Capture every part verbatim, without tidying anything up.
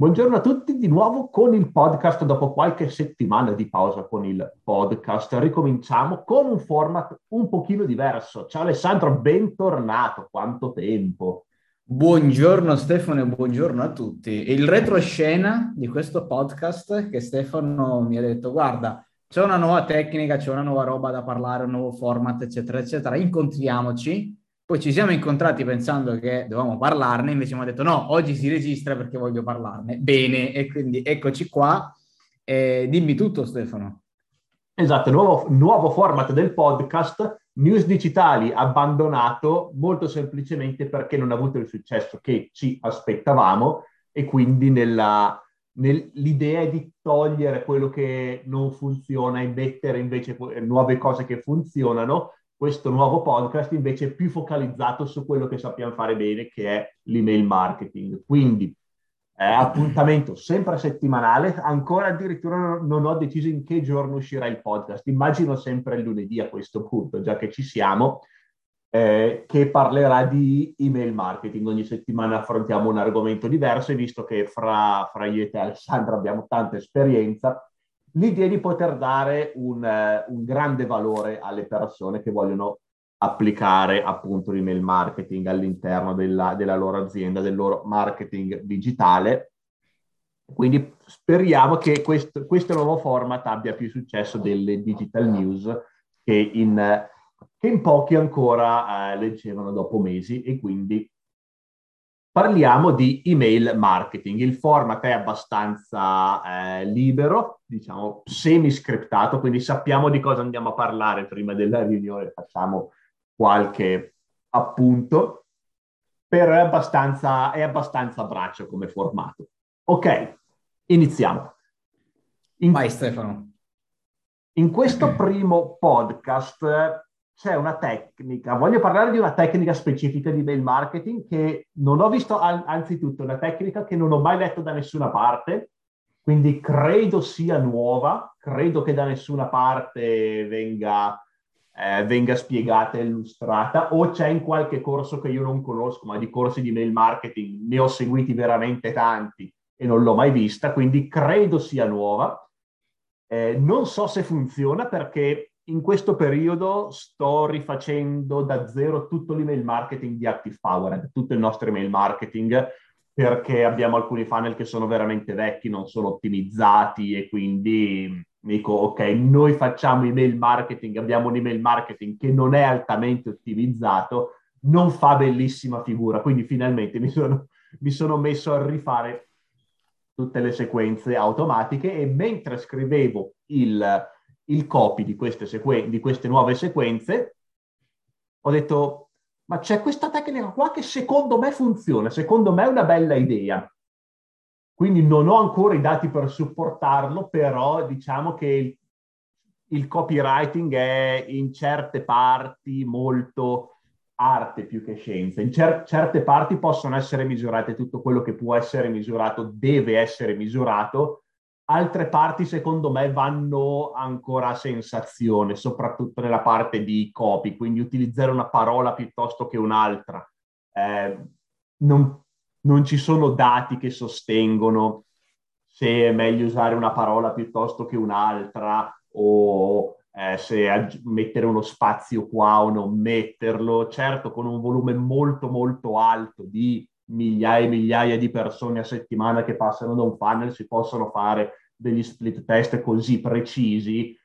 Buongiorno a tutti di nuovo con il podcast. Dopo qualche settimana di pausa con il podcast, ricominciamo con un format un pochino diverso. Ciao Alessandro, bentornato. Quanto tempo? Buongiorno Stefano e buongiorno a tutti. Il retroscena di questo podcast che Stefano mi ha detto, guarda, c'è una nuova tecnica, c'è una nuova roba da parlare, un nuovo format, eccetera, eccetera. Incontriamoci. Poi ci siamo incontrati pensando che dovevamo parlarne, invece mi ha detto no, oggi si registra perché voglio parlarne. Bene, e quindi eccoci qua. Eh, dimmi tutto, Stefano. Esatto, nuovo, nuovo format del podcast, News Digitali abbandonato molto semplicemente perché non ha avuto il successo che ci aspettavamo e quindi nella, nel- l'idea è di togliere quello che non funziona e mettere invece nuove cose che funzionano. Questo nuovo podcast invece è più focalizzato su quello che sappiamo fare bene, che è l'email marketing. Quindi eh, appuntamento sempre settimanale, ancora addirittura non, non ho deciso in che giorno uscirà il podcast, immagino sempre il lunedì a questo punto, già che ci siamo, eh, che parlerà di email marketing. Ogni settimana affrontiamo un argomento diverso e visto che fra, fra io e te Alessandra abbiamo tanta esperienza, l'idea è di poter dare un, eh, un grande valore alle persone che vogliono applicare appunto l'email marketing all'interno della, della loro azienda, del loro marketing digitale. Quindi speriamo che questo, questo nuovo format abbia più successo delle digital news che in, che in pochi ancora eh, leggevano dopo mesi, e quindi parliamo di email marketing. Il format è abbastanza eh, libero, diciamo semi-scriptato, quindi sappiamo di cosa andiamo a parlare prima della riunione, facciamo qualche appunto, però è abbastanza, è abbastanza a braccio come formato. Ok, iniziamo. Vai In, Stefano. in questo primo podcast eh, c'è una tecnica, voglio parlare di una tecnica specifica di mail marketing che non ho visto, an- anzitutto una tecnica che non ho mai letto da nessuna parte, quindi credo sia nuova, credo che da nessuna parte venga, eh, venga spiegata e illustrata, o c'è in qualche corso che io non conosco, ma di corsi di mail marketing ne ho seguiti veramente tanti e non l'ho mai vista, quindi credo sia nuova. Eh, non so se funziona perché in questo periodo sto rifacendo da zero tutto l'email marketing di Active Power, tutto il nostro email marketing, perché abbiamo alcuni funnel che sono veramente vecchi, non sono ottimizzati, e quindi dico, ok, noi facciamo email marketing, abbiamo un email marketing che non è altamente ottimizzato, non fa bellissima figura, quindi finalmente mi sono, mi sono messo a rifare tutte le sequenze automatiche, e mentre scrivevo il, il copy di queste, sequen- di queste nuove sequenze ho detto, ma c'è questa tecnica qua che secondo me funziona, secondo me è una bella idea. Quindi non ho ancora i dati per supportarlo, però diciamo che il, il copywriting è in certe parti molto arte più che scienza. In cer- certe parti possono essere misurate, tutto quello che può essere misurato deve essere misurato, altre parti secondo me vanno ancora a sensazione, soprattutto nella parte di copy, quindi utilizzare una parola piuttosto che un'altra. Eh, non, non ci sono dati che sostengono se è meglio usare una parola piuttosto che un'altra, o eh, se aggi- mettere uno spazio qua o non metterlo. Certo, con un volume molto molto alto di migliaia e migliaia di persone a settimana che passano da un funnel si possono fare degli split test così precisi,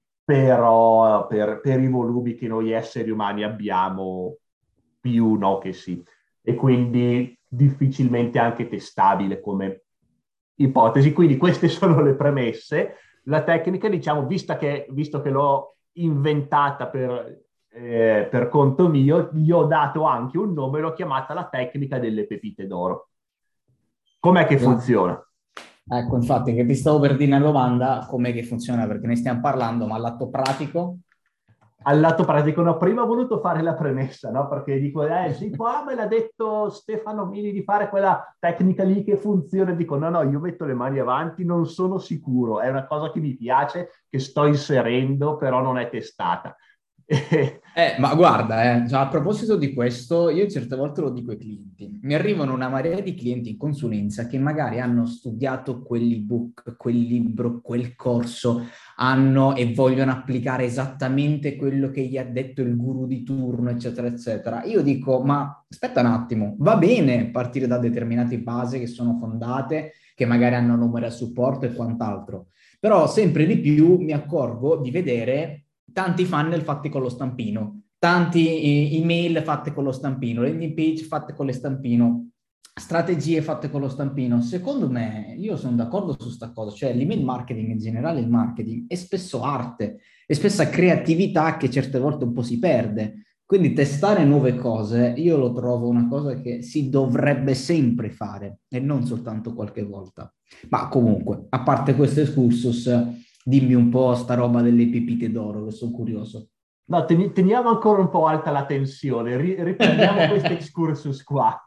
però per, per i volumi che noi esseri umani abbiamo, più no che sì. E quindi difficilmente anche testabile come ipotesi. Quindi queste sono le premesse. La tecnica, diciamo, vista che, visto che l'ho inventata per, eh, per conto mio, gli ho dato anche un nome, l'ho chiamata la tecnica delle pepite d'oro. Com'è che La- funziona? Ecco, infatti, che ti stavo per dire una domanda, com'è che funziona? Perché ne stiamo parlando, ma all'atto pratico? Al lato pratico, no, prima ho voluto fare la premessa, no? Perché dico, eh sì, qua me l'ha detto Stefano Mini di fare quella tecnica lì che funziona. Dico, no, no, io metto le mani avanti, non sono sicuro, è una cosa che mi piace, che sto inserendo, però non è testata. Eh, ma guarda, eh, cioè, a proposito di questo, io certe volte lo dico ai clienti. Mi arrivano una marea di clienti in consulenza che magari hanno studiato quell'ebook, quel libro, quel corso, hanno e vogliono applicare esattamente quello che gli ha detto il guru di turno, eccetera, eccetera. Io dico, ma aspetta un attimo, va bene partire da determinate basi che sono fondate, che magari hanno numeri a supporto e quant'altro, però sempre di più mi accorgo di vedere tanti funnel fatti con lo stampino, tanti email fatte con lo stampino, landing page fatte con lo stampino, strategie fatte con lo stampino. Secondo me, io sono d'accordo su sta cosa, cioè l'email marketing in generale, il marketing è spesso arte, è spesso creatività che certe volte un po' si perde. Quindi testare nuove cose, io lo trovo una cosa che si dovrebbe sempre fare e non soltanto qualche volta. Ma comunque, a parte questo excursus, dimmi un po' sta roba delle pepite d'oro, che sono curioso. No, teni- teniamo ancora un po' alta la tensione, ri- riprendiamo questo excursus qua.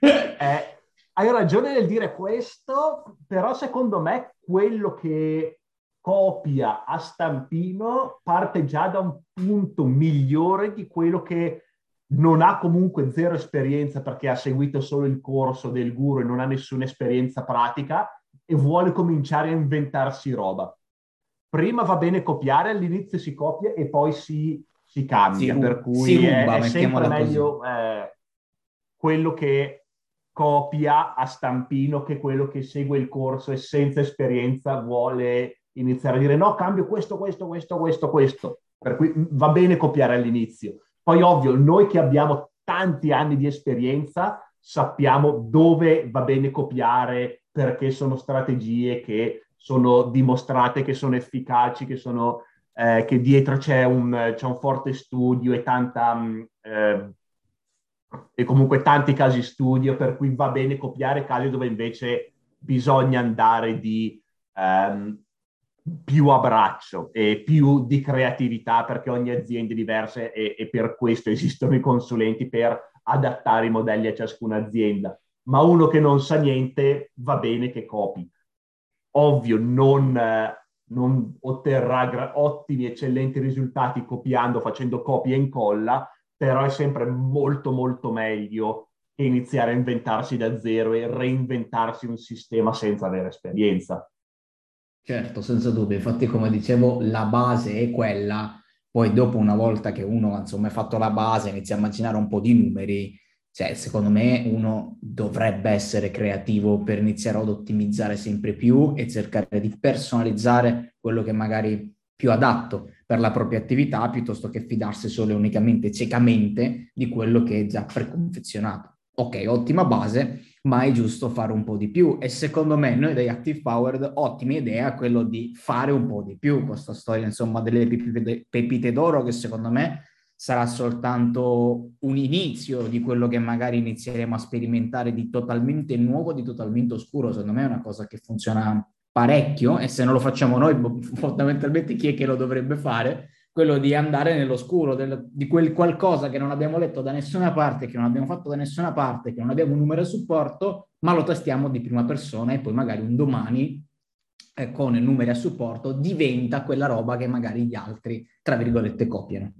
Eh, hai ragione nel dire questo, però secondo me quello che copia a stampino parte già da un punto migliore di quello che non ha comunque zero esperienza perché ha seguito solo il corso del guru e non ha nessuna esperienza pratica e vuole cominciare a inventarsi roba. Prima va bene copiare, all'inizio si copia e poi si, si Si, cambia, per ru- si cui è, ruba, è sempre mettiamola così. meglio eh, quello che copia a stampino che quello che segue il corso e senza esperienza vuole iniziare a dire no, cambio questo, questo, questo, questo, questo. Per cui va bene copiare all'inizio. Poi ovvio, noi che abbiamo tanti anni di esperienza sappiamo dove va bene copiare perché sono strategie che sono dimostrate, che sono efficaci, che sono eh, che dietro c'è un, c'è un forte studio e tanta mh, eh, e comunque tanti casi studio per cui va bene copiare casi dove invece bisogna andare di ehm, più a braccio e più di creatività perché ogni azienda è diversa e, e per questo esistono i consulenti per adattare i modelli a ciascuna azienda. Ma uno che non sa niente va bene che copi. Ovvio, non, eh, non otterrà gra- ottimi, eccellenti risultati copiando, facendo copia e incolla, però è sempre molto, molto meglio che iniziare a inventarsi da zero e reinventarsi un sistema senza avere esperienza. Certo, senza dubbio. Infatti, come dicevo, la base è quella. Poi, dopo, una volta che uno, insomma, ha fatto la base, inizia a immaginare un po' di numeri. Cioè, secondo me, uno dovrebbe essere creativo per iniziare ad ottimizzare sempre più e cercare di personalizzare quello che magari è più adatto per la propria attività, piuttosto che fidarsi solo e unicamente ciecamente di quello che è già preconfezionato. Ok, ottima base, ma è giusto fare un po' di più. E secondo me, noi dei Active Powered, ottima idea quello di fare un po' di più. Questa storia, insomma, delle pepite, pepite d'oro, che secondo me sarà soltanto un inizio di quello che magari inizieremo a sperimentare di totalmente nuovo, di totalmente oscuro. Secondo me è una cosa che funziona parecchio e se non lo facciamo noi, fondamentalmente chi è che lo dovrebbe fare? Quello di andare nell'oscuro, del, di quel qualcosa che non abbiamo letto da nessuna parte, che non abbiamo fatto da nessuna parte, che non abbiamo un numero a supporto, ma lo testiamo di prima persona e poi magari un domani eh, con numeri a supporto diventa quella roba che magari gli altri, tra virgolette, copiano.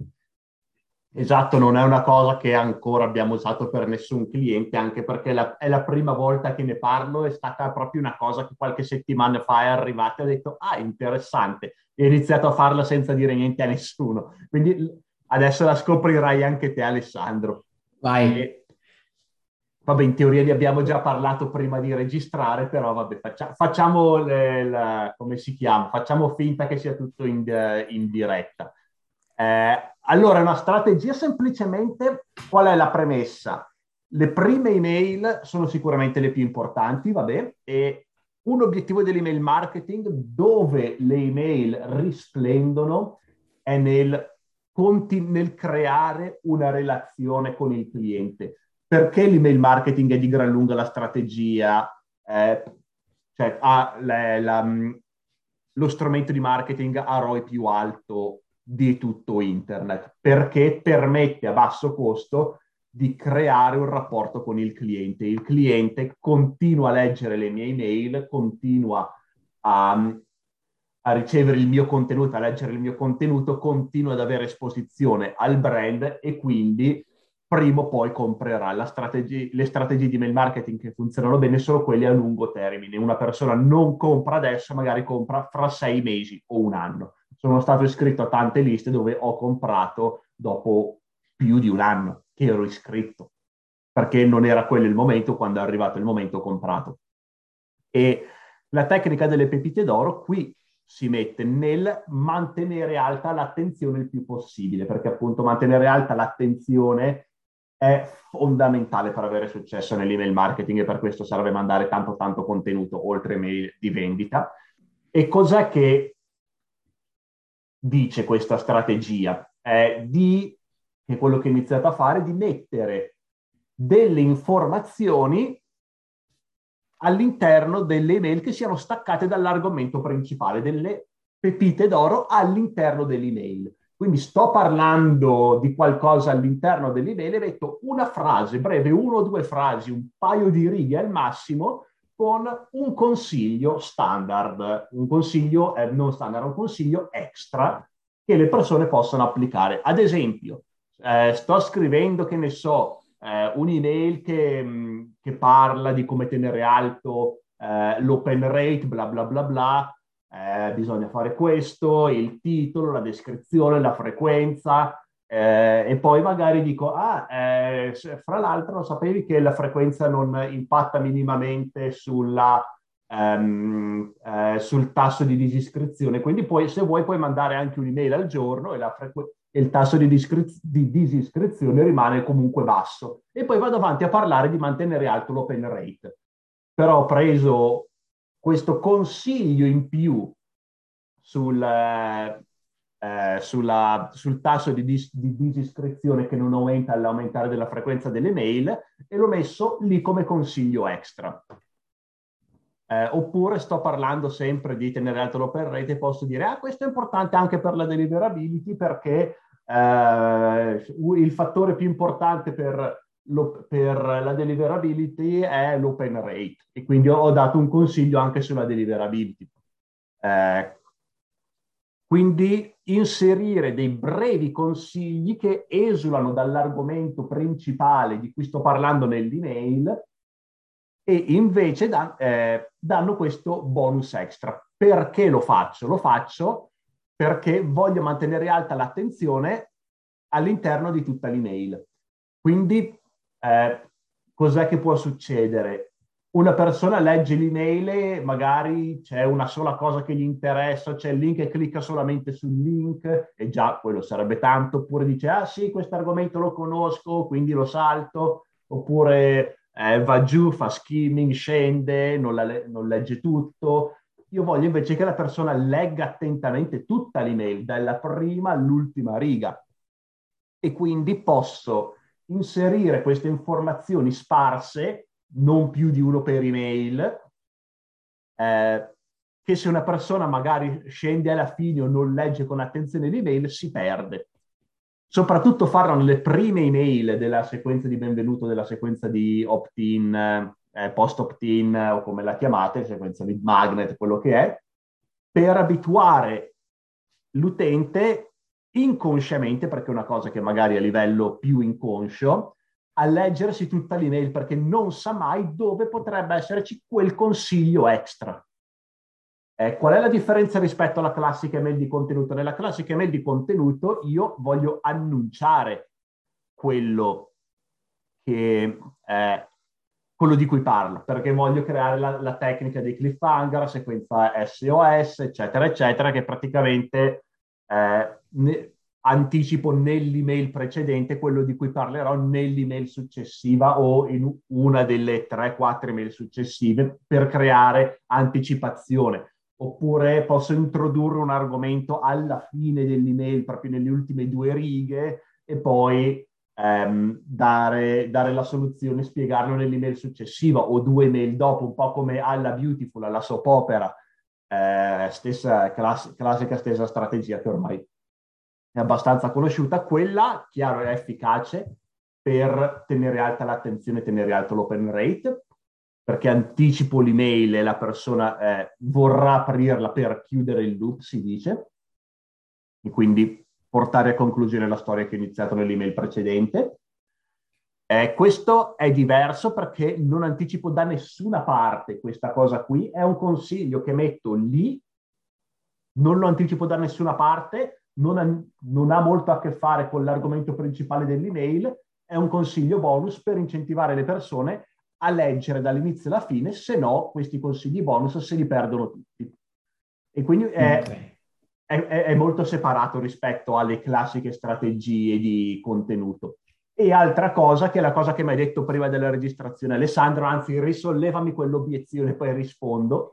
Esatto, non è una cosa che ancora abbiamo usato per nessun cliente, anche perché la- è la prima volta che ne parlo, è stata proprio una cosa che qualche settimana fa è arrivata e ho detto, ah, interessante, e ho iniziato a farla senza dire niente a nessuno. Quindi adesso la scoprirai anche te, Alessandro. Vai. E, vabbè, in teoria ne abbiamo già parlato prima di registrare, però vabbè, faccia- facciamo, le- la- come si chiama? Facciamo finta che sia tutto in, in diretta. Eh, allora, una strategia semplicemente, qual è la premessa? Le prime email sono sicuramente le più importanti, vabbè, e un obiettivo dell'email marketing dove le email risplendono è nel, conti- nel creare una relazione con il cliente. Perché l'email marketing è di gran lunga la strategia, eh, cioè ha la- la- lo strumento di marketing a R O I più alto di tutto internet, perché permette a basso costo di creare un rapporto con il cliente. Il cliente continua a leggere le mie email, continua a, a ricevere il mio contenuto, a leggere il mio contenuto, continua ad avere esposizione al brand e quindi prima o poi comprerà. La strategia, le strategie di mail marketing che funzionano bene sono quelle a lungo termine. Una persona non compra adesso, magari compra fra sei mesi o un anno. Sono stato iscritto a tante liste dove ho comprato dopo più di un anno che ero iscritto, perché non era quello il momento, quando è arrivato il momento ho comprato. E la tecnica delle pepite d'oro qui si mette nel mantenere alta l'attenzione il più possibile, perché appunto mantenere alta l'attenzione è fondamentale per avere successo nell'email marketing e per questo serve mandare tanto tanto contenuto oltre mail di vendita. E cos'è che dice questa strategia? È di, che è quello che ho iniziato a fare, di mettere delle informazioni all'interno delle email che siano staccate dall'argomento principale, delle pepite d'oro all'interno dell'email. Quindi sto parlando di qualcosa all'interno dell'email e metto una frase breve, uno o due frasi, un paio di righe al massimo, con un consiglio standard, un consiglio eh, non standard, un consiglio extra che le persone possono applicare. Ad esempio, eh, sto scrivendo, che ne so, eh, un'email che, mh, che parla di come tenere alto eh, l'open rate, bla bla bla bla, eh, bisogna fare questo, il titolo, la descrizione, la frequenza, eh, e poi magari dico, ah, eh, fra l'altro sapevi che la frequenza non impatta minimamente sulla, ehm, eh, sul tasso di disiscrizione, quindi poi se vuoi puoi mandare anche un'email al giorno e la frequenza e il tasso di, discri- di disiscrizione rimane comunque basso. E poi vado avanti a parlare di mantenere alto l'open rate. Però ho preso questo consiglio in più sul, eh, eh, sulla, sul tasso di, dis- di disiscrizione che non aumenta all'aumentare della frequenza delle mail e l'ho messo lì come consiglio extra. Eh, oppure sto parlando sempre di tenere alto l'open rate e posso dire, ah, questo è importante anche per la deliverability perché eh, il fattore più importante per, lo, per la deliverability è l'open rate e quindi ho dato un consiglio anche sulla deliverability. Eh, quindi inserire dei brevi consigli che esulano dall'argomento principale di cui sto parlando nell'email e invece dan, eh, danno questo bonus extra. Perché lo faccio? Lo faccio perché voglio mantenere alta l'attenzione all'interno di tutta l'email. Quindi eh, cos'è che può succedere? Una persona legge l'email e magari c'è una sola cosa che gli interessa, c'è il link e clicca solamente sul link e già quello sarebbe tanto, oppure dice ah sì, questo argomento lo conosco, quindi lo salto, oppure eh, va giù, fa skimming, scende, non, la, non legge tutto. Io voglio invece che la persona legga attentamente tutta l'email, dalla prima all'ultima riga. E quindi posso inserire queste informazioni sparse, non più di uno per email, eh, che se una persona magari scende alla fine o non legge con attenzione l'email, si perde. Soprattutto farlo nelle prime email della sequenza di benvenuto, della sequenza di opt-in, eh, post-opt-in o come la chiamate, sequenza di magnet, quello che è, per abituare l'utente inconsciamente, perché è una cosa che magari a livello più inconscio, a leggersi tutta l'email perché non sa mai dove potrebbe esserci quel consiglio extra. Eh, qual è la differenza rispetto alla classica email di contenuto? Nella classica email di contenuto io voglio annunciare quello, che, eh, quello di cui parlo, perché voglio creare la, la tecnica dei cliffhanger, la sequenza S O S, eccetera, eccetera, che praticamente eh, ne, anticipo nell'email precedente quello di cui parlerò nell'email successiva o in una delle tre quattro email successive per creare anticipazione. Oppure posso introdurre un argomento alla fine dell'email, proprio nelle ultime due righe, e poi ehm, dare, dare la soluzione, spiegarlo nell'email successiva o due email dopo, un po' come alla Beautiful, alla soap opera, eh, stessa class- classica stessa strategia che ormai è abbastanza conosciuta. Quella, chiaro, è efficace per tenere alta l'attenzione, tenere alto l'open rate, perché anticipo l'email e la persona eh, vorrà aprirla per chiudere il loop, si dice, e quindi portare a conclusione la storia che ho iniziato nell'email precedente. Eh, questo è diverso perché non anticipo da nessuna parte questa cosa qui, è un consiglio che metto lì, non lo anticipo da nessuna parte, non ha, non ha molto a che fare con l'argomento principale dell'email, è un consiglio bonus per incentivare le persone a leggere dall'inizio alla fine, se no questi consigli bonus se li perdono tutti. E quindi è, Okay. è, è molto separato rispetto alle classiche strategie di contenuto. E altra cosa, che è la cosa che mi hai detto prima della registrazione, Alessandro, anzi risollevami quell'obiezione, poi rispondo.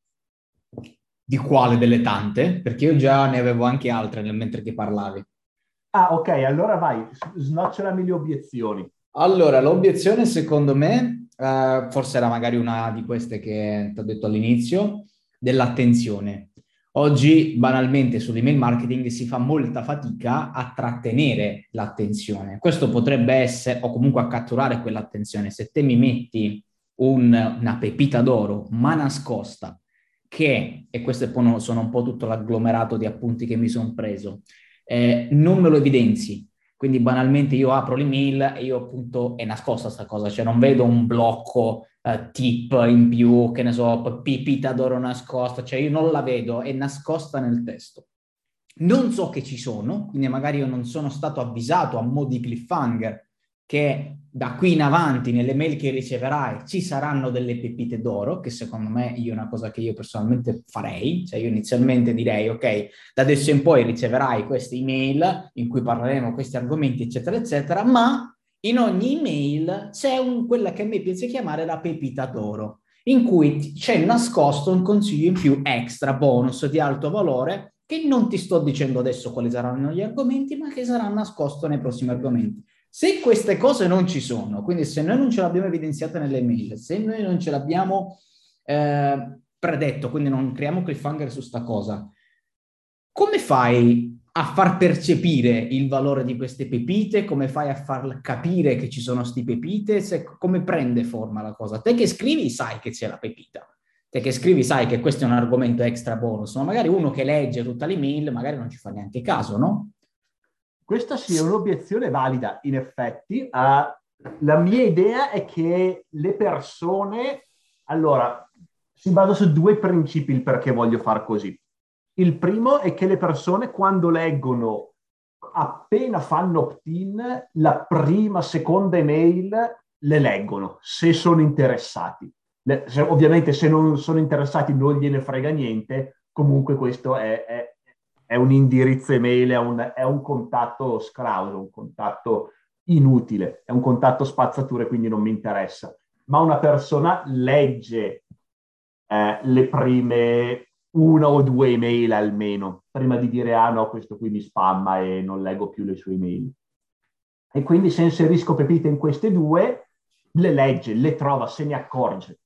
Di quale delle tante? Perché io già ne avevo anche altre nel mentre che parlavi. Ah, ok, allora vai, snocciolami le obiezioni. Allora, l'obiezione secondo me, eh, forse era magari una di queste che ti ho detto all'inizio, dell'attenzione. Oggi banalmente sull'email marketing si fa molta fatica a trattenere l'attenzione. Questo potrebbe essere, o comunque a catturare quell'attenzione. Se te mi metti un- una pepita d'oro ma nascosta, che, e questo sono un po' tutto l'agglomerato di appunti che mi sono preso, eh, non me lo evidenzi. Quindi banalmente io apro l'email e io appunto è nascosta sta cosa, cioè non vedo un blocco eh, tip in più, che ne so, pipita d'oro nascosta, cioè io non la vedo, è nascosta nel testo. Non so che ci sono, quindi magari io non sono stato avvisato a mo' di cliffhanger che da qui in avanti nelle mail che riceverai ci saranno delle pepite d'oro, che secondo me io è una cosa che io personalmente farei, cioè io inizialmente direi ok, da adesso in poi riceverai queste email in cui parleremo di questi argomenti eccetera eccetera, ma in ogni email c'è un, quella che a me piace chiamare la pepita d'oro, in cui c'è nascosto un consiglio in più extra, bonus di alto valore, che non ti sto dicendo adesso quali saranno gli argomenti, ma che sarà nascosto nei prossimi argomenti. Se queste cose non ci sono, quindi se noi non ce l'abbiamo evidenziata nelle mail, se noi non ce l'abbiamo eh, predetto, quindi non creiamo cliffhanger su sta cosa, come fai a far percepire il valore di queste pepite? Come fai a far capire che ci sono sti pepite? Se, come prende forma la cosa? Te che scrivi sai che c'è la pepita. Te che scrivi sai che questo è un argomento extra bonus, ma magari uno che legge tutta l'email magari non ci fa neanche caso, no? Questa sì è un'obiezione valida, in effetti. Uh, la mia idea è che le persone, allora, si basa su due principi il perché voglio far così. Il primo è che le persone quando leggono, appena fanno opt-in, la prima, seconda email le leggono, se sono interessati. Le, se, ovviamente se non sono interessati non gliene frega niente, comunque questo è, è, è un indirizzo email, è un, è un contatto sclauso, un contatto inutile, è un contatto spazzature, quindi non mi interessa. Ma una persona legge eh, le prime una o due email almeno, prima di dire ah no, questo qui mi spamma e non leggo più le sue email. E quindi se inserisco pepite in queste due, le legge, le trova, se ne accorge.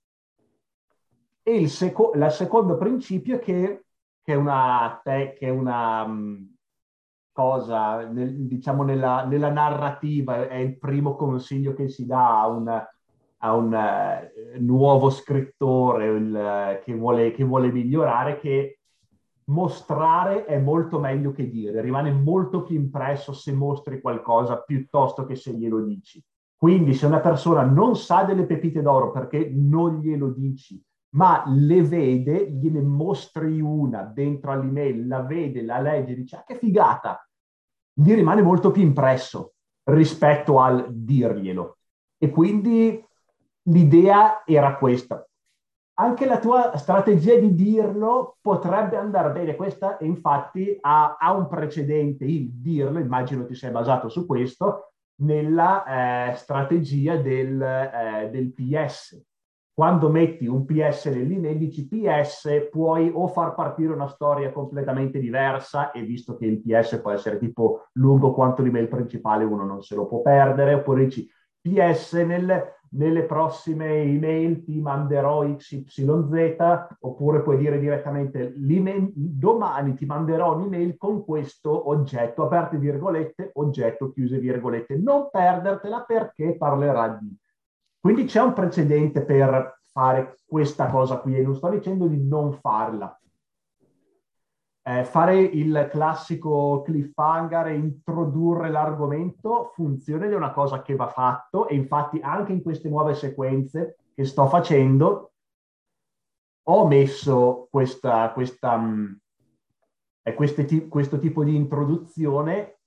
E il, seco- il secondo principio è che, che è una, te- che è una um, cosa, nel, diciamo nella, nella narrativa, è il primo consiglio che si dà a un, a un uh, nuovo scrittore il, uh, che, vuole, che vuole migliorare, che mostrare è molto meglio che dire, rimane molto più impresso se mostri qualcosa piuttosto che se glielo dici. Quindi se una persona non sa delle pepite d'oro perché non glielo dici, ma le vede, gliene mostri una dentro all'email, la vede, la legge, dice ah, che figata, gli rimane molto più impresso rispetto al dirglielo. E quindi l'idea era questa. Anche la tua strategia di dirlo potrebbe andare bene. Questa infatti ha, ha un precedente, il dirlo, immagino ti sei basato su questo, nella eh, strategia del, eh, del P S. Quando metti un P S nell'email, dici P S, puoi o far partire una storia completamente diversa, e visto che il P S può essere tipo lungo quanto l'email principale, uno non se lo può perdere, oppure dici P S nel, nelle prossime email ti manderò X Y Z, oppure puoi dire direttamente domani ti manderò un'email con questo oggetto, aperte virgolette, oggetto, chiuse virgolette. Non perdertela perché parlerà di. Quindi c'è un precedente per fare questa cosa qui, e non sto dicendo di non farla. Eh, fare il classico cliffhanger e introdurre l'argomento funziona ed è una cosa che va fatto, e infatti anche in queste nuove sequenze che sto facendo ho messo questa, questa, mh, eh, queste, questo tipo di introduzione,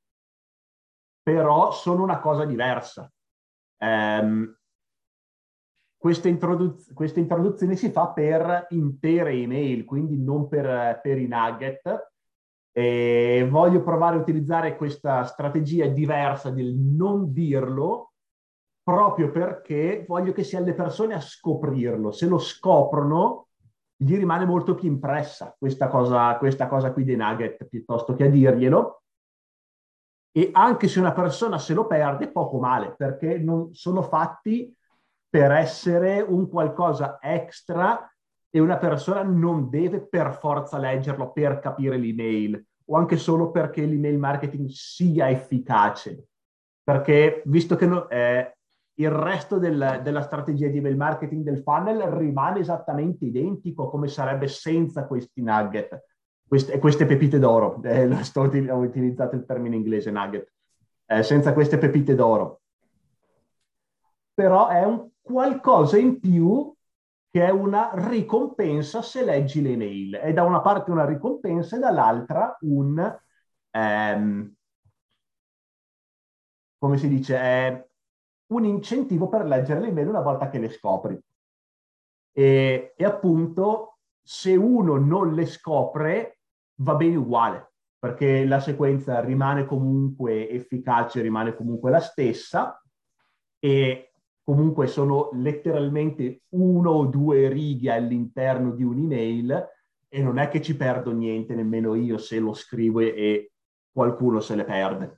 però sono una cosa diversa. Um, questa, introduz- questa introduzione si fa per intere email, quindi non per, per i nugget, e voglio provare a utilizzare questa strategia diversa del non dirlo, proprio perché voglio che siano le persone a scoprirlo. Se lo scoprono, gli rimane molto più impressa questa cosa, questa cosa qui dei nugget, piuttosto che a dirglielo. E anche se una persona se lo perde, poco male, perché non sono fatti per essere un qualcosa extra, e una persona non deve per forza leggerlo per capire l'email, o anche solo perché l'email marketing sia efficace. Perché visto che no, eh, il resto del, della strategia di email marketing del funnel rimane esattamente identico come sarebbe senza questi nugget, queste, queste pepite d'oro, eh, sto, ho utilizzato il termine inglese nugget, eh, senza queste pepite d'oro. Però è un qualcosa in più, che è una ricompensa se leggi le mail. È da una parte una ricompensa e dall'altra un, ehm, come si dice, è un incentivo per leggere le mail una volta che le scopri. E, e appunto, se uno non le scopre, va bene uguale, perché la sequenza rimane comunque efficace, rimane comunque la stessa, e comunque sono letteralmente uno o due righe all'interno di un'email, e non è che ci perdo niente nemmeno io se lo scrivo e qualcuno se le perde.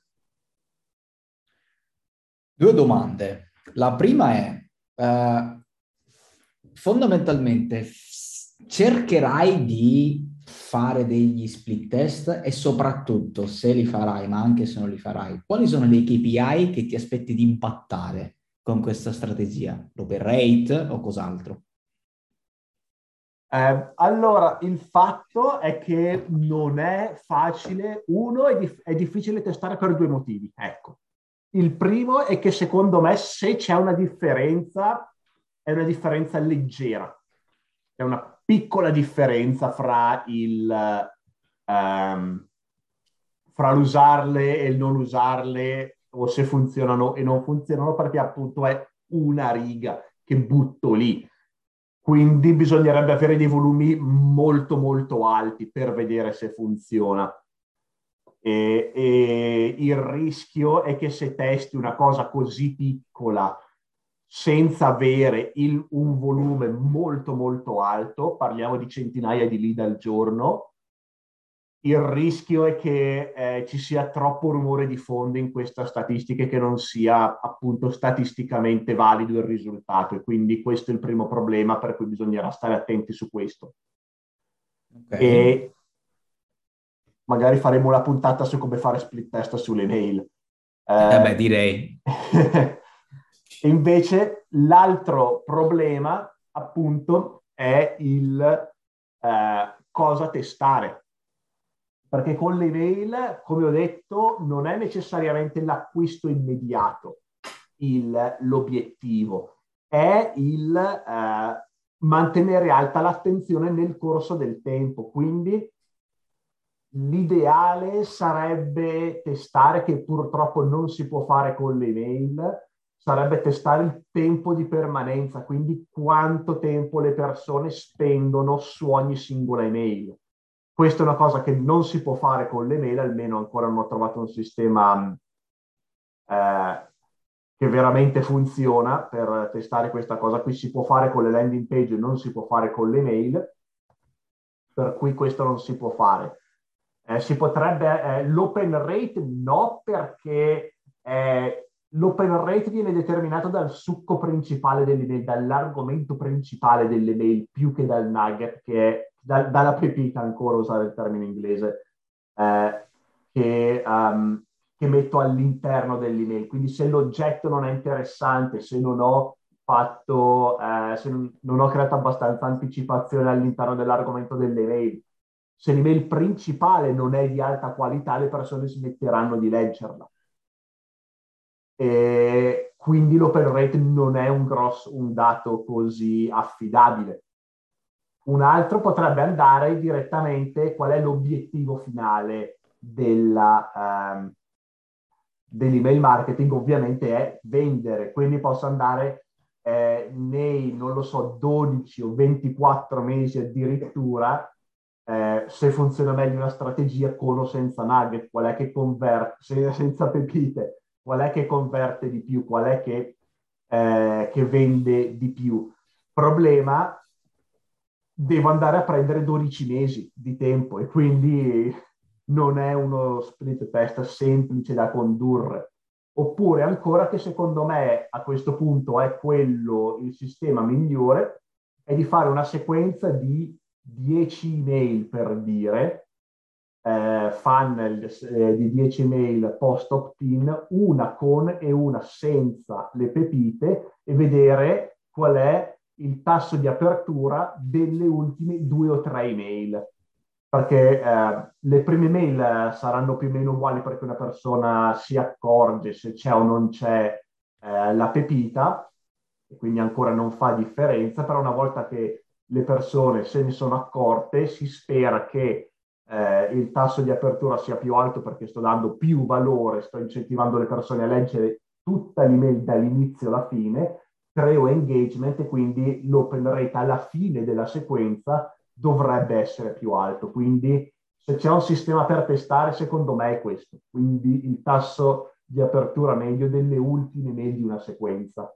Due domande. La prima è, eh, fondamentalmente, cercherai di fare degli split test, e soprattutto, se li farai, ma anche se non li farai, quali sono dei K P I che ti aspetti di impattare con questa strategia? L'open rate o cos'altro? Eh, allora, il fatto è che non è facile. Uno, è, dif- è difficile testare per due motivi. Ecco. Il primo è che secondo me, se c'è una differenza, è una differenza leggera. È una piccola differenza fra il, ehm, fra l'usarle e il non usarle, o se funzionano e non funzionano, perché appunto è una riga che butto lì. Quindi bisognerebbe avere dei volumi molto molto alti per vedere se funziona. E, e il rischio è che se testi una cosa così piccola senza avere il, un volume molto molto alto, parliamo di centinaia di lead al giorno, il rischio è che eh, ci sia troppo rumore di fondo in questa statistica e che non sia appunto statisticamente valido il risultato, e quindi questo è il primo problema per cui bisognerà stare attenti su questo. Ok. E magari faremo una puntata su come fare split test sulle mail. Eh beh, Eh, direi. e invece l'altro problema appunto è il eh, cosa testare. Perché con le mail, come ho detto, non è necessariamente l'acquisto immediato il, l'obiettivo, è il eh, mantenere alta l'attenzione nel corso del tempo. Quindi l'ideale sarebbe testare, che purtroppo non si può fare con le mail, sarebbe testare il tempo di permanenza, quindi quanto tempo le persone spendono su ogni singola email. Questa è una cosa che non si può fare con le mail, almeno ancora non ho trovato un sistema eh, che veramente funziona per testare questa cosa. Qui si può fare con le landing page, non si può fare con le mail, per cui questo non si può fare. Eh, si potrebbe, eh, l'open rate no, perché eh, l'open rate viene determinato dal succo principale delle mail, dall'argomento principale delle mail, più che dal nugget, che è da, dalla pepita, ancora usare il termine inglese, eh, che, um, che metto all'interno dell'email. Quindi se l'oggetto non è interessante, se non ho fatto, eh, se non, non ho creato abbastanza anticipazione all'interno dell'argomento delle mail. Se l'email principale non è di alta qualità, le persone smetteranno di leggerla. E quindi l'open rate non è un, grosso, un dato così affidabile. Un altro potrebbe andare direttamente qual è l'obiettivo finale della, ehm, dell'email marketing, ovviamente è vendere, quindi posso andare eh, nei, non lo so, dodici o ventiquattro mesi addirittura, eh, se funziona meglio una strategia con o senza nugget, qual è che converte, se, senza pepite, qual è che converte di più, qual è che, eh, che vende di più. Problema, devo andare a prendere dodici mesi di tempo e quindi non è uno split test semplice da condurre. Oppure ancora che secondo me a questo punto è quello il sistema migliore, è di fare una sequenza di dieci email per dire, eh, funnel eh, di dieci email post opt-in, una con e una senza le pepite e vedere qual è il tasso di apertura delle ultime due o tre email. Perché eh, le prime mail saranno più o meno uguali perché una persona si accorge se c'è o non c'è eh, la pepita e quindi ancora non fa differenza, però una volta che le persone se ne sono accorte si spera che eh, il tasso di apertura sia più alto perché sto dando più valore, sto incentivando le persone a leggere tutta l'email dall'inizio alla fine, creo engagement e quindi l'open rate alla fine della sequenza dovrebbe essere più alto. Quindi se c'è un sistema per testare, secondo me è questo. Quindi il tasso di apertura medio delle ultime mail di una sequenza.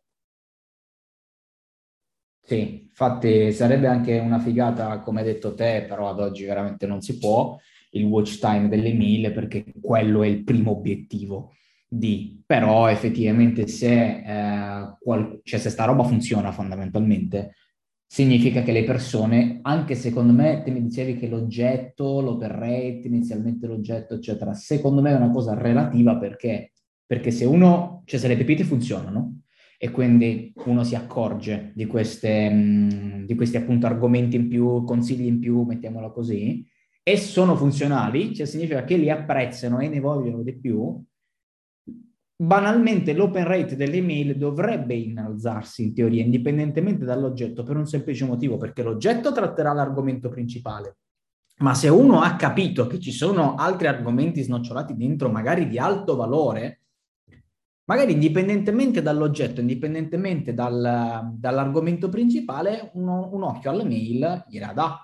Sì, infatti sarebbe anche una figata, come hai detto te, però ad oggi veramente non si può, il watch time delle mail perché quello è il primo obiettivo di, però effettivamente se, eh, qual- cioè se sta roba funziona fondamentalmente, significa che le persone, anche secondo me, te mi dicevi che l'oggetto, l'open rate, inizialmente l'oggetto, eccetera, secondo me è una cosa relativa perché, perché se uno, cioè se le pepite funzionano, e quindi uno si accorge di, queste, mh, di questi appunto argomenti in più, consigli in più, mettiamola così, e sono funzionali, cioè significa che li apprezzano e ne vogliono di più. Banalmente l'open rate delle email dovrebbe innalzarsi in teoria, indipendentemente dall'oggetto, per un semplice motivo, perché l'oggetto tratterà l'argomento principale. Ma se uno ha capito che ci sono altri argomenti snocciolati dentro, magari di alto valore, magari indipendentemente dall'oggetto, indipendentemente dal, dall'argomento principale, uno, un occhio alle mail gliela dà.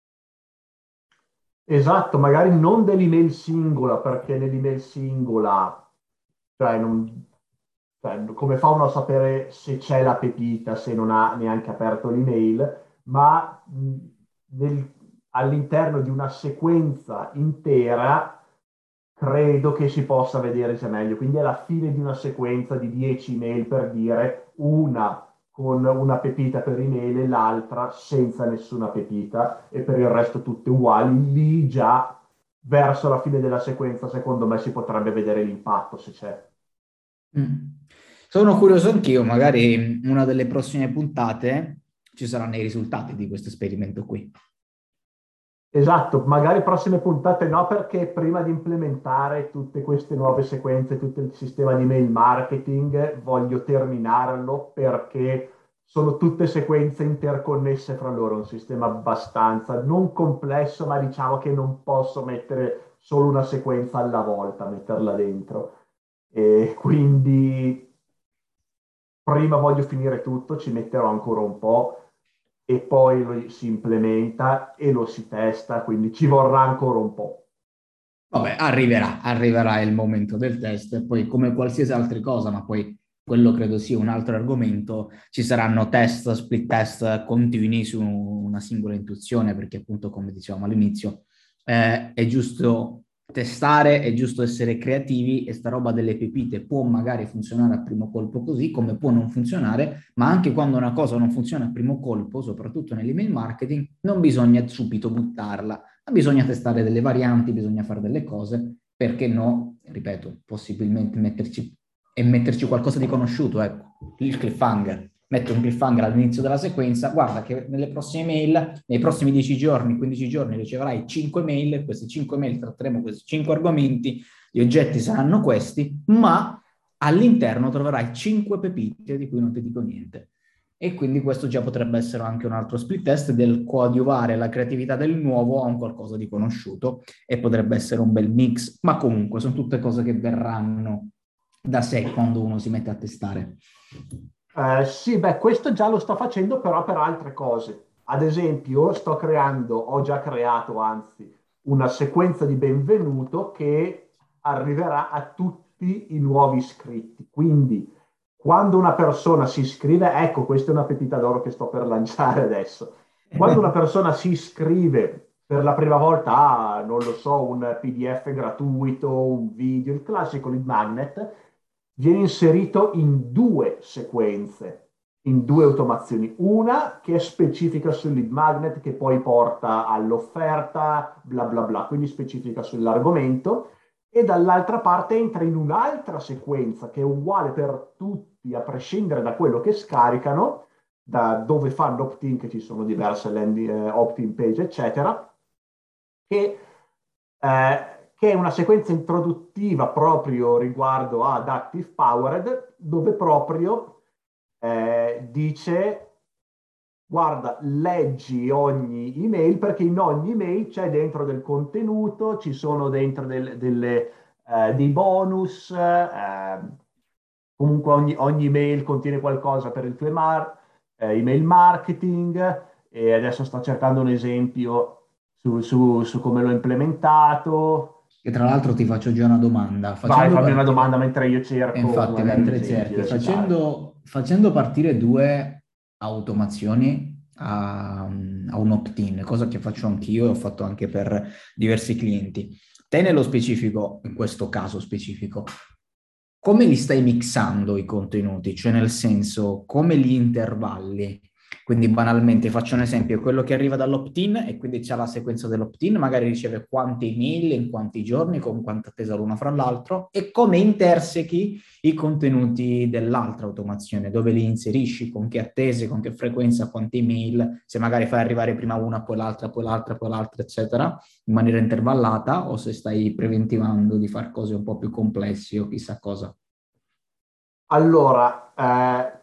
Esatto, magari non dell'email singola, perché nell'email singola, cioè, non, cioè, come fa uno a sapere se c'è la pepita, se non ha neanche aperto l'email, ma mh, nel- all'interno di una sequenza intera credo che si possa vedere se meglio. Quindi alla fine di una sequenza di dieci email per dire una con una pepita per email e l'altra senza nessuna pepita e per il resto tutte uguali, lì già verso la fine della sequenza secondo me si potrebbe vedere l'impatto se c'è. Mm. Sono curioso anch'io, magari in una delle prossime puntate ci saranno i risultati di questo esperimento qui. Esatto, magari prossime puntate no, perché prima di implementare tutte queste nuove sequenze, tutto il sistema di mail marketing, voglio terminarlo perché sono tutte sequenze interconnesse fra loro, un sistema abbastanza non complesso, ma diciamo che non posso mettere solo una sequenza alla volta, metterla dentro. E quindi prima voglio finire tutto, ci metterò ancora un po' e poi lo si implementa e lo si testa, quindi ci vorrà ancora un po'. Vabbè, arriverà, arriverà il momento del test, e poi come qualsiasi altra cosa, ma poi quello credo sia un altro argomento, ci saranno test, split test continui su una singola intuizione, perché appunto, come dicevamo all'inizio, eh, è giusto testare, è giusto essere creativi e sta roba delle pepite può magari funzionare a primo colpo così, come può non funzionare, ma anche quando una cosa non funziona a primo colpo, soprattutto nell'email marketing, non bisogna subito buttarla, ma bisogna testare delle varianti, bisogna fare delle cose, perché no, ripeto, possibilmente metterci e metterci qualcosa di conosciuto, ecco, il cliffhanger. metto un cliffhanger all'inizio della sequenza, guarda che nelle prossime mail, nei prossimi dieci giorni, quindici giorni riceverai cinque mail, queste cinque mail tratteremo questi cinque argomenti, gli oggetti saranno questi, ma all'interno troverai cinque pepite di cui non ti dico niente. E quindi questo già potrebbe essere anche un altro split test del coadiuvare la creatività del nuovo a un qualcosa di conosciuto e potrebbe essere un bel mix, ma comunque sono tutte cose che verranno da sé quando uno si mette a testare. Eh, sì, beh, questo già lo sto facendo però per altre cose. Ad esempio, sto creando, ho già creato, anzi, una sequenza di benvenuto che arriverà a tutti i nuovi iscritti. Quindi, quando una persona si iscrive, ecco, questa è una pepita d'oro che sto per lanciare adesso. Quando una persona si iscrive per la prima volta a, non lo so, un P D F gratuito, un video, il classico lead magnet, viene inserito in due sequenze, in due automazioni. Una che è specifica sul lead magnet, che poi porta all'offerta, bla bla bla, quindi specifica sull'argomento, e dall'altra parte entra in un'altra sequenza che è uguale per tutti, a prescindere da quello che scaricano, da dove fanno opt-in, che ci sono diverse landing, eh, opt-in page, eccetera, che, eh, che è una sequenza introduttiva proprio riguardo ad Active Powered, dove proprio eh, dice: guarda, leggi ogni email, perché in ogni email c'è dentro del contenuto, ci sono dentro del- delle, eh, dei bonus, eh, comunque ogni, ogni email contiene qualcosa per il tuo mar- eh, email marketing, e adesso sto cercando un esempio su, su- su come l'ho implementato. E tra l'altro ti faccio già una domanda. Vai, Facendo fammi una domanda partire, mentre io e cerco infatti, magari un mentre esempio cerchi, da citare. facendo, facendo partire due automazioni a, a un opt-in, cosa che faccio anch'io e ho fatto anche per diversi clienti. Te nello specifico, in questo caso specifico, come li stai mixando i contenuti? Cioè nel senso, come li intervalli? Quindi banalmente faccio un esempio, quello che arriva dall'opt-in e quindi c'è la sequenza dell'opt-in, magari riceve quanti email in quanti giorni, con quanta attesa l'una fra l'altro, e come intersechi i contenuti dell'altra automazione, dove li inserisci, con che attese, con che frequenza, quante email, se magari fai arrivare prima una, poi l'altra, poi l'altra, poi l'altra, eccetera, in maniera intervallata, o se stai preventivando di fare cose un po' più complesse o chissà cosa. Allora, eh,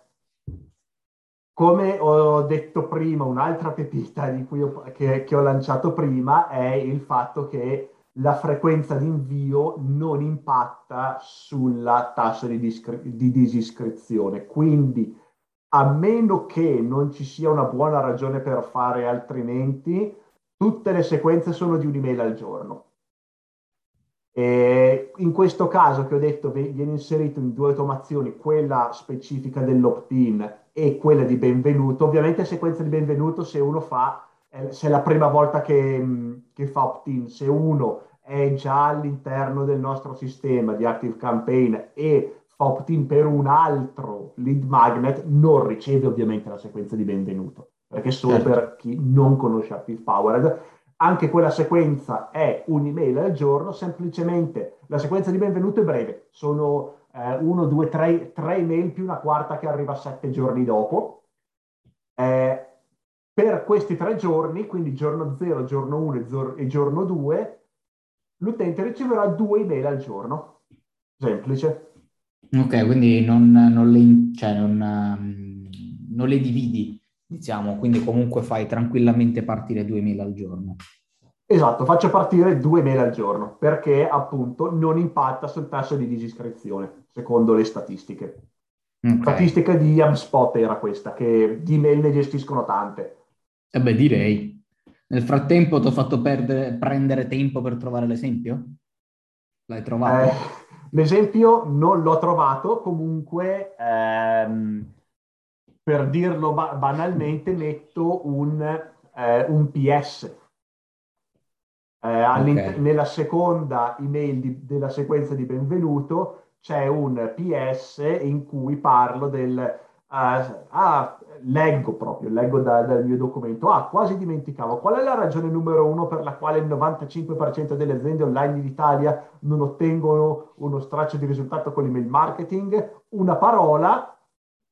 come ho detto prima, un'altra pepita di cui ho- che, che ho lanciato prima è il fatto che la frequenza di invio non impatta sulla tassa di, discri- di disiscrizione. Quindi, a meno che non ci sia una buona ragione per fare altrimenti, tutte le sequenze sono di un'email al giorno. E in questo caso che ho detto ve- viene inserito in due automazioni, quella specifica dell'opt-in e quella di benvenuto. Ovviamente sequenza di benvenuto se uno fa, eh, se è la prima volta che, mh, che fa opt-in, se uno è già all'interno del nostro sistema di Active Campaign e fa opt-in per un altro lead magnet, non riceve ovviamente la sequenza di benvenuto, perché è solo Certo. per chi non conosce Active Powered. Anche quella sequenza è un'email al giorno, semplicemente la sequenza di benvenuto è breve, sono eh, uno, due, tre, tre email più una quarta che arriva sette giorni dopo. Eh, per questi tre giorni, quindi giorno zero, giorno uno e, zor- e giorno due, l'utente riceverà due email al giorno. Semplice. Ok, quindi non, non le, cioè non, ehm, non le dividi, diciamo, quindi comunque fai tranquillamente partire duemila al giorno. Esatto, faccio partire due mail al giorno perché appunto non impatta sul tasso di disiscrizione, secondo le statistiche. Ok, Statistica di HubSpot era questa, che di mail ne gestiscono tante. e beh, direi. Nel frattempo ti ho fatto perdere, prendere tempo per trovare l'esempio? L'hai Eh, trovato? l'esempio non l'ho trovato, comunque ehm, per dirlo ba- banalmente metto un, eh, un P S. Eh, Ok. all'int- nella seconda email di- della sequenza di benvenuto c'è un P S in cui parlo del... ah, ah, leggo proprio, leggo da- dal mio documento. Ah, quasi dimenticavo. Qual è la ragione numero uno per la quale il novantacinque per cento delle aziende online in Italia non ottengono uno straccio di risultato con l'email marketing? Una parola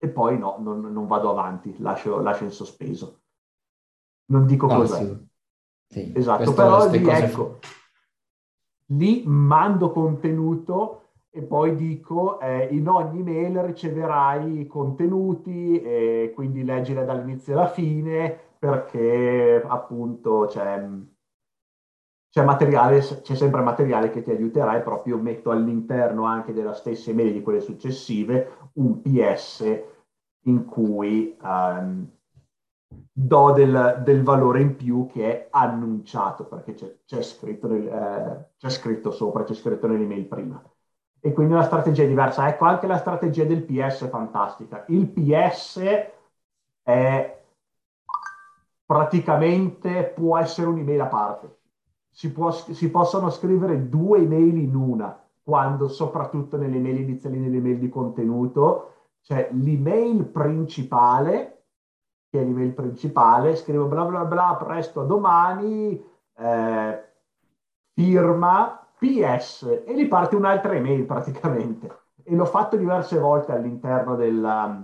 e poi no, non, non vado avanti, lascio, lascio in sospeso. Non dico No, cos'è. sì. Sì, Esatto, questo, però queste lì cose... ecco, lì mando contenuto e poi dico eh, in ogni mail riceverai i contenuti e quindi leggere dall'inizio alla fine perché appunto c'è, c'è materiale, c'è sempre materiale che ti aiuterà e proprio metto all'interno anche della stessa email di quelle successive un P S in cui ehm, do del, del valore in più che è annunciato, perché c'è, c'è scritto nel- eh, c'è scritto sopra, c'è scritto nell'email prima. E quindi una strategia diversa. Ecco, anche la strategia del P S è fantastica. Il P S è praticamente può essere un'email a parte. Si, può- si possono scrivere due email in una, quando soprattutto nelle email iniziali, nelle email di contenuto, c'è l'email principale, che è l'email principale, scrivo bla bla bla, presto a domani, eh, firma, P S, e gli parte un'altra email praticamente. E l'ho fatto diverse volte all'interno della,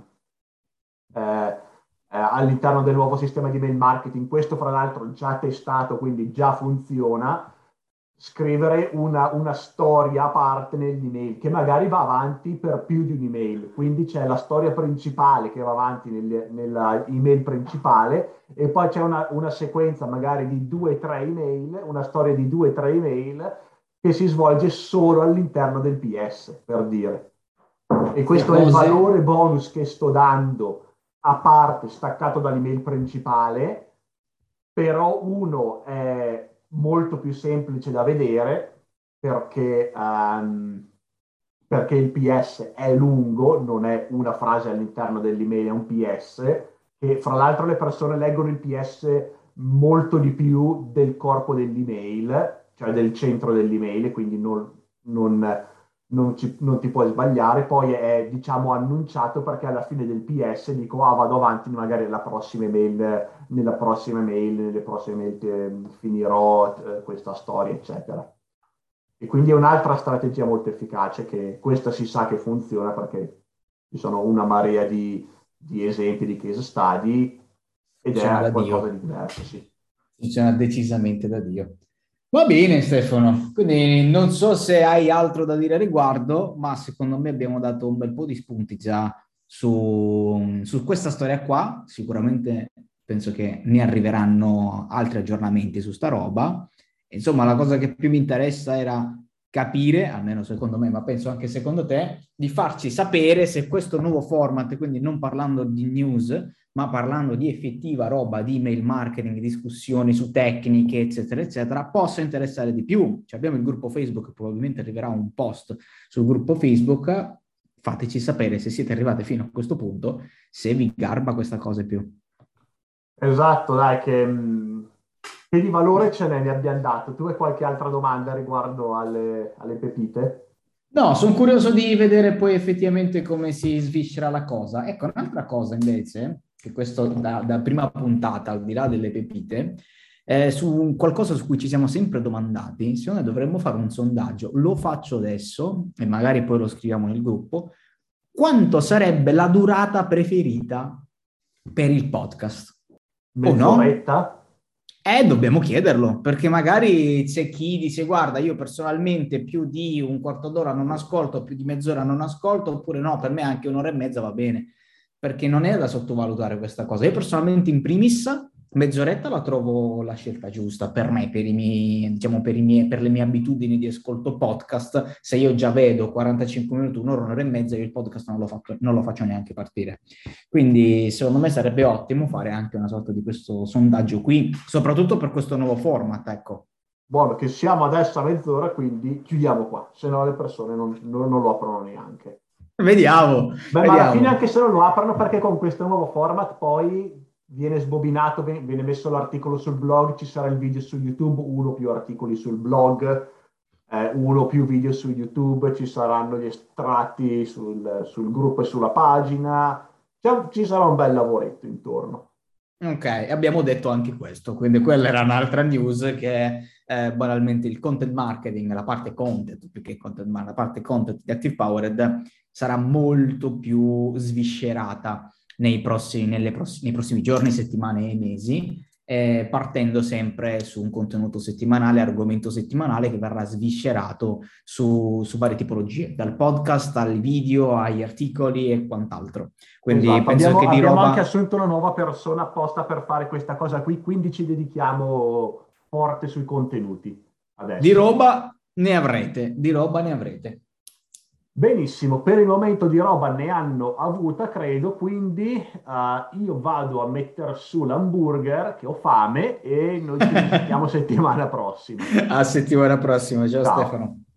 eh, eh, all'interno del nuovo sistema di mail marketing. Questo, fra l'altro, già testato, quindi già funziona. Scrivere una, una storia a parte nell'email che magari va avanti per più di un'email. Quindi c'è la storia principale che va avanti nel- nella email principale e poi c'è una, una sequenza magari di due o tre email, una storia di due o tre email che si svolge solo all'interno del P S, per dire. E Queste questo è il cose... valore bonus che sto dando a parte, staccato dall'email principale, però uno è molto più semplice da vedere perché, ehm, perché il P S è lungo, non è una frase all'interno dell'email, è un P S, che fra l'altro le persone leggono il P S molto di più del corpo dell'email, cioè del centro dell'email, quindi non, non non, ci- non ti puoi sbagliare, poi è diciamo annunciato perché alla fine del P S dico ah vado avanti magari nella prossima mail, nella prossima mail, nelle prossime mail che finirò eh, questa storia, eccetera. E quindi è un'altra strategia molto efficace che questa si sa che funziona perché ci sono una marea di, di esempi di case study ed Funziona è da qualcosa Dio. di diverso, sì. Funziona decisamente da Dio. Va bene, Stefano. Quindi non so se hai altro da dire a riguardo, ma secondo me abbiamo dato un bel po' di spunti già su, su questa storia qua. Sicuramente penso che ne arriveranno altri aggiornamenti su sta roba. Insomma, la cosa che più mi interessa era capire, almeno secondo me, ma penso anche secondo te, di farci sapere se questo nuovo format, quindi non parlando di news, ma parlando di effettiva roba di email marketing, discussioni su tecniche, eccetera, eccetera, possa interessare di più. Cioè, abbiamo il gruppo Facebook, probabilmente arriverà un post sul gruppo Facebook, fateci sapere se siete arrivati fino a questo punto, se vi garba questa cosa in più. Esatto, dai, che, mh, che di valore ce n'è, ne abbiamo dato. Tu hai qualche altra domanda riguardo alle, alle pepite? No, sono curioso di vedere poi effettivamente come si sviscera la cosa. Ecco, un'altra cosa invece, che questo da, da prima puntata, al di là delle pepite, eh, su qualcosa su cui ci siamo sempre domandati, se noi dovremmo fare un sondaggio, lo faccio adesso e magari poi lo scriviamo nel gruppo, quanto sarebbe la durata preferita per il podcast? O no? Mezz'oretta? Eh, dobbiamo chiederlo, perché magari c'è chi dice, guarda, io personalmente più di un quarto d'ora non ascolto, più di mezz'ora non ascolto, oppure no, per me anche un'ora e mezza va bene, perché non è da sottovalutare questa cosa. Io personalmente in primis mezz'oretta la trovo la scelta giusta per me, per i miei, diciamo, per i miei, per le mie abitudini di ascolto podcast. Se io già vedo quarantacinque minuti, un'ora, un'ora e mezza, io il podcast non lo, fatto, non lo faccio neanche partire. Quindi secondo me sarebbe ottimo fare anche una sorta di questo sondaggio qui, soprattutto per questo nuovo format, ecco. Buono, che siamo adesso a mezz'ora, quindi chiudiamo qua, se no le persone non, non- non lo aprono neanche. Vediamo, Beh, ma alla fine vediamo. anche se non lo aprono, perché con questo nuovo format poi viene sbobinato, viene viene messo l'articolo sul blog, ci sarà il video su YouTube, uno più articoli sul blog, eh, uno più video su YouTube, ci saranno gli estratti sul, sul gruppo e sulla pagina, Cioè, ci sarà un bel lavoretto intorno. Ok, abbiamo detto anche questo, quindi quella era un'altra news che eh, banalmente il content marketing, la parte content, più che content marketing, la parte content di Active Powered sarà molto più sviscerata nei prossimi, nelle pross- nei prossimi giorni, settimane e mesi, eh, partendo sempre su un contenuto settimanale, argomento settimanale che verrà sviscerato su, su varie tipologie, dal podcast al video agli articoli e quant'altro. Quindi Esatto, penso abbiamo, che di abbiamo anche roba, assunto una nuova persona apposta per fare questa cosa qui, quindi ci dedichiamo forte sui contenuti di adesso. roba ne avrete, di roba ne avrete. Benissimo, per il momento di roba ne hanno avuta, credo, quindi eh, io vado a mettere su l'hamburger che ho fame e noi ci risentiamo settimana prossima. A settimana prossima, ciao Ciao. Stefano.